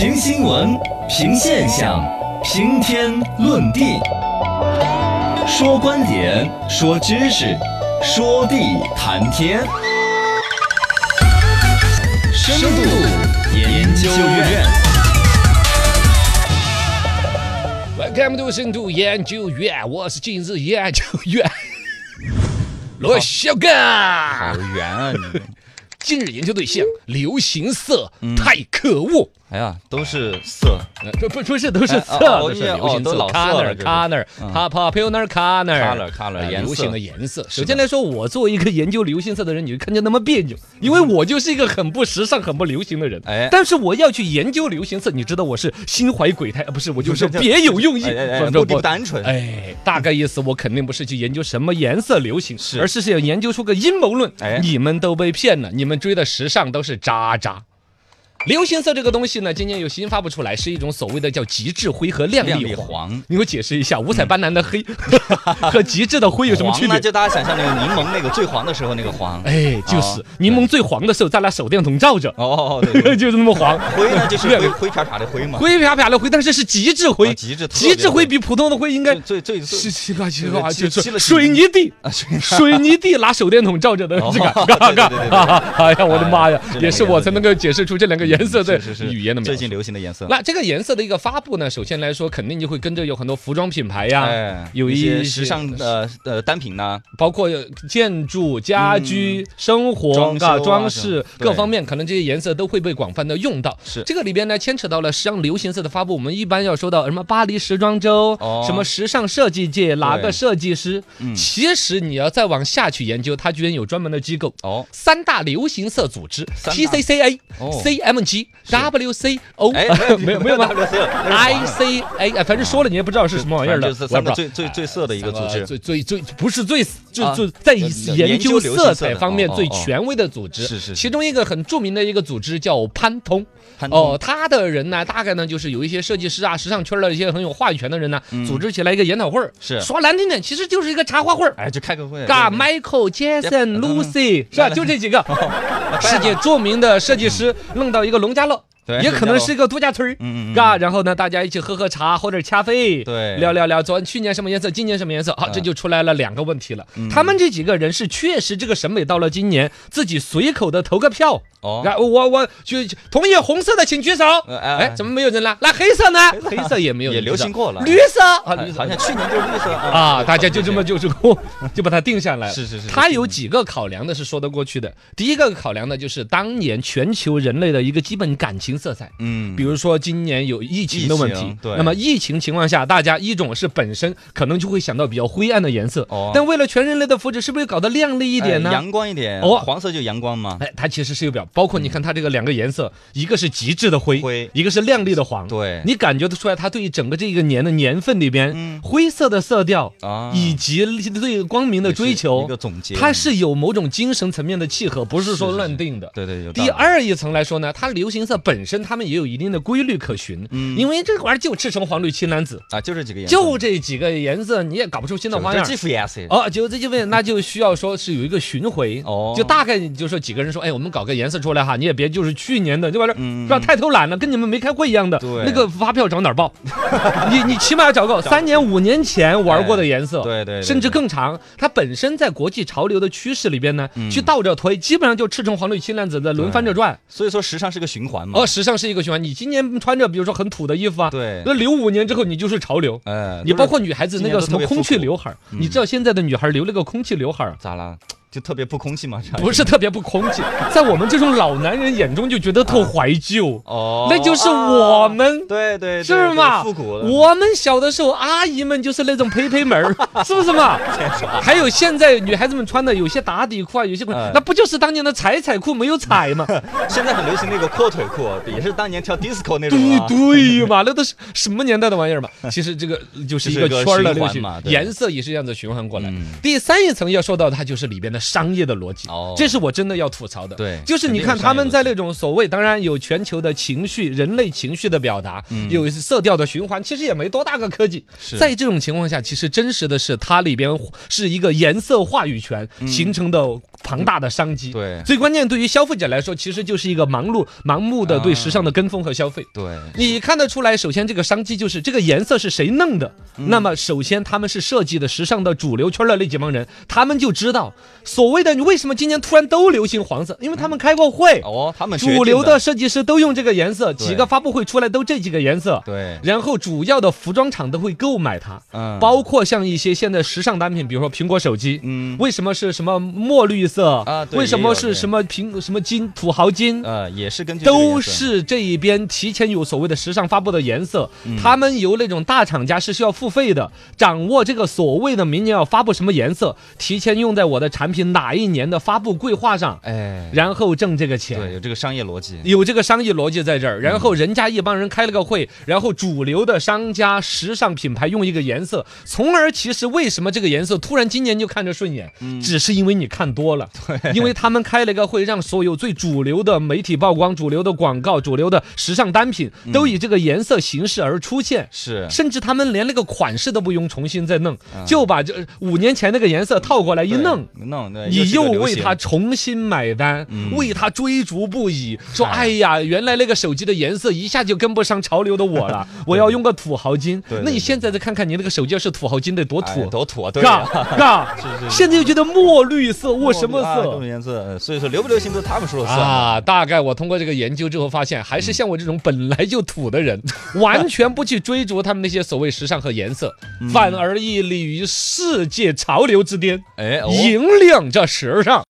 评新闻，评现象，评天论地，说观点，说知识，说地谈天。深度研究院。 Welcome to 深度研究院，我是今日研究员罗小刚。 好圆啊你！ 今日研究对象：流行色太可恶。 哎呀，都是色， 不是都是色，都是流行色。color， 流行的颜色。首先来说，我作为一个研究流行色的人，你就看见那么别扭，因为我就是一个很不时尚、很不流行的人。但是我要去研究流行色，你知道我是心怀鬼胎，不是，我就是别有用意， 目的不单纯。 大概意思，我肯定不是去研究什么颜色流行，而是要研究出个阴谋论。你们都被骗了，你们追的时尚都是渣渣。流行色这个东西呢，今年有新发布出来，是一种所谓的叫极致灰和亮丽黄。你给我解释一下，五彩斑斓的黑和极致的灰有什么区别？ 黄呢，就大家想象那个柠檬那个最黄的时候那个黄， 就是柠檬最黄的时候，再拿手电筒照着， 对就是那么黄。 灰呢，就是灰啪啪的灰嘛， 灰啪啪的灰，但是是极致灰，极致灰比普通的灰应该是奇怪，就是水泥地，水泥地拿手电筒照着的这个，哎呀，我的妈呀，也是我才能够解释出这两个颜色的语言的描述。 最近流行的颜色。 那这个颜色的一个发布呢，首先来说，肯定就会跟着有很多服装品牌呀，有一些时尚的单品呢， 包括建筑、家居、生活、装饰各方面，可能这些颜色都会被广泛的用到。 是这个里边呢，牵扯到了时尚流行色的发布，我们一般要说到什么巴黎时装周，什么时尚设计界哪个设计师。其实你要再往下去研究，它居然有专门的机构三大流行色组织 TCCA、CMG、WCO，没有吗 ？ICA， 反正说了你也不知道是什么玩意儿的。 就是三个最色的一个组织， 最不是最就在研究色彩方面最权威的组织。 是。 其中一个很著名的一个组织叫潘通。他的人呢，大概呢就是有一些设计师啊、时尚圈的一些很有话语权的人呢，组织起来一个研讨会儿。 是说难听点，其实就是一个茶话会儿。 就开个会。 Michael Jackson、Lucy 是吧？就这几个世界著名的设计师弄到一个农家乐。也可能是一个度假村然后呢，大家一起喝茶，喝点咖啡，聊昨去年什么颜色，今年什么颜色，好，这就出来了两个问题了。他们这几个人是确实这个审美到了今年，自己随口的投个票，我就同意红色的请举手，怎么没有人了？那黑色呢？黑色也没有人， 也流行过了。 绿色好像去年就是绿色大家就这么就把它定下来了。 是。 他有几个考量的是说得过去的。第一个考量呢，就是当年全球人类的一个基本感情色彩，比如说今年有疫情的问题，那么疫情情况下，大家一种是本身可能就会想到比较灰暗的颜色，但为了全人类的福祉，是不是搞得亮丽一点呢？ 阳光一点，黄色就阳光嘛。 它其实是有表，包括你看它这个两个颜色，一个是极致的灰，一个是亮丽的黄。 对， 你感觉得出来，它对于整个这个年的年份里边，灰色的色调以及对光明的追求， 一个总结， 它是有某种精神层面的契合，不是说乱定的。 对， 第二一层来说呢，它流行色本身他们也有一定的规律可循，因为这玩意儿就赤橙黄绿青蓝紫就这几个颜色， 就这几个颜色，你也搞不出新的花样。 这几副颜色就这几副，那就需要说是有一个巡回就大概就说几个人说，我们搞个颜色出来哈，你也别就是去年的，这玩意儿是吧？太偷懒了，跟你们没开会一样的。那个发票找哪儿报？你起码要找个3年5年前玩过的颜色， 对， 甚至更长。它本身在国际潮流的趋势里边呢，去倒着推，基本上就赤橙黄绿青蓝紫的轮番着转。 所以说时尚是个循环嘛。 时尚是一个循环。你今年穿着比如说很土的衣服那留5年之后你就是潮流。你包括女孩子那个什么空气刘海，你知道现在的女孩留那个空气刘海咋了？就特别不空气嘛？ 不是特别不空气，在我们这种老男人眼中就觉得特怀旧那就是我们对是吗？ 复古的。 我们小的时候，阿姨们就是那种胚门是不是嘛？还有现在女孩子们穿的有些打底裤有些裤，那不就是当年的彩裤没有彩吗？ 现在很流行那个阔腿裤，也是当年跳 disco 那种。 对嘛，那都是什么年代的玩意儿嘛？其实这个就是一个圈的流行嘛，颜色也是这样子循环过来。第三一层要说到它就是里边的商业的逻辑，这是我真的要吐槽的。 对， 就是你看他们在那种所谓，当然有全球的情绪、人类情绪的表达，有色调的循环，其实也没多大个科技。在这种情况下，其实真实的是它里边是一个颜色话语权形成的庞大的商机。 对， 最关键对于消费者来说，其实就是一个盲目的对时尚的跟风和消费。 对， 你看得出来，首先这个商机就是这个颜色是谁弄的。那么首先他们是设计的时尚的主流圈的那几帮人，他们就知道所谓的你为什么今年突然都流行黄色，因为他们开过会。 他们主流的设计师都用这个颜色，几个发布会出来都这几个颜色。 对， 然后主要的服装厂都会购买它。包括像一些现在时尚单品，比如说苹果手机，为什么是什么墨绿色啊？为什么是什么金土豪金？ 也是根据都是这一边提前有所谓的时尚发布的颜色，他们由那种大厂家是需要付费的，掌握这个所谓的明年要发布什么颜色，提前用在我的产品哪一年的发布规划上，然后挣这个钱。 对，有这个商业逻辑， 有这个商业逻辑在这儿。然后人家一帮人开了个会，然后主流的商家、时尚品牌用一个颜色，从而其实为什么这个颜色突然今年就看着顺眼，只是因为你看多了。对，因为他们开了个会，让所有最主流的媒体曝光、主流的广告、主流的时尚单品都以这个颜色形式而出现。 是， 甚至他们连那个款式都不用重新再弄，就把这5年前那个颜色套过来一弄，你又为他重新买单，为他追逐不已。说哎呀，原来那个手机的颜色一下就跟不上潮流的我了，我要用个土豪金。那你现在再看看你那个手机要是土豪金得多土， 多土啊！对嘎，现在又觉得墨绿色，什么色？ 各种颜色，所以说流不流行都是他们说了算啊。大概我通过这个研究之后发现，还是像我这种本来就土的人，完全不去追逐他们那些所谓时尚和颜色，反而屹立于世界潮流之巅，引领着时尚。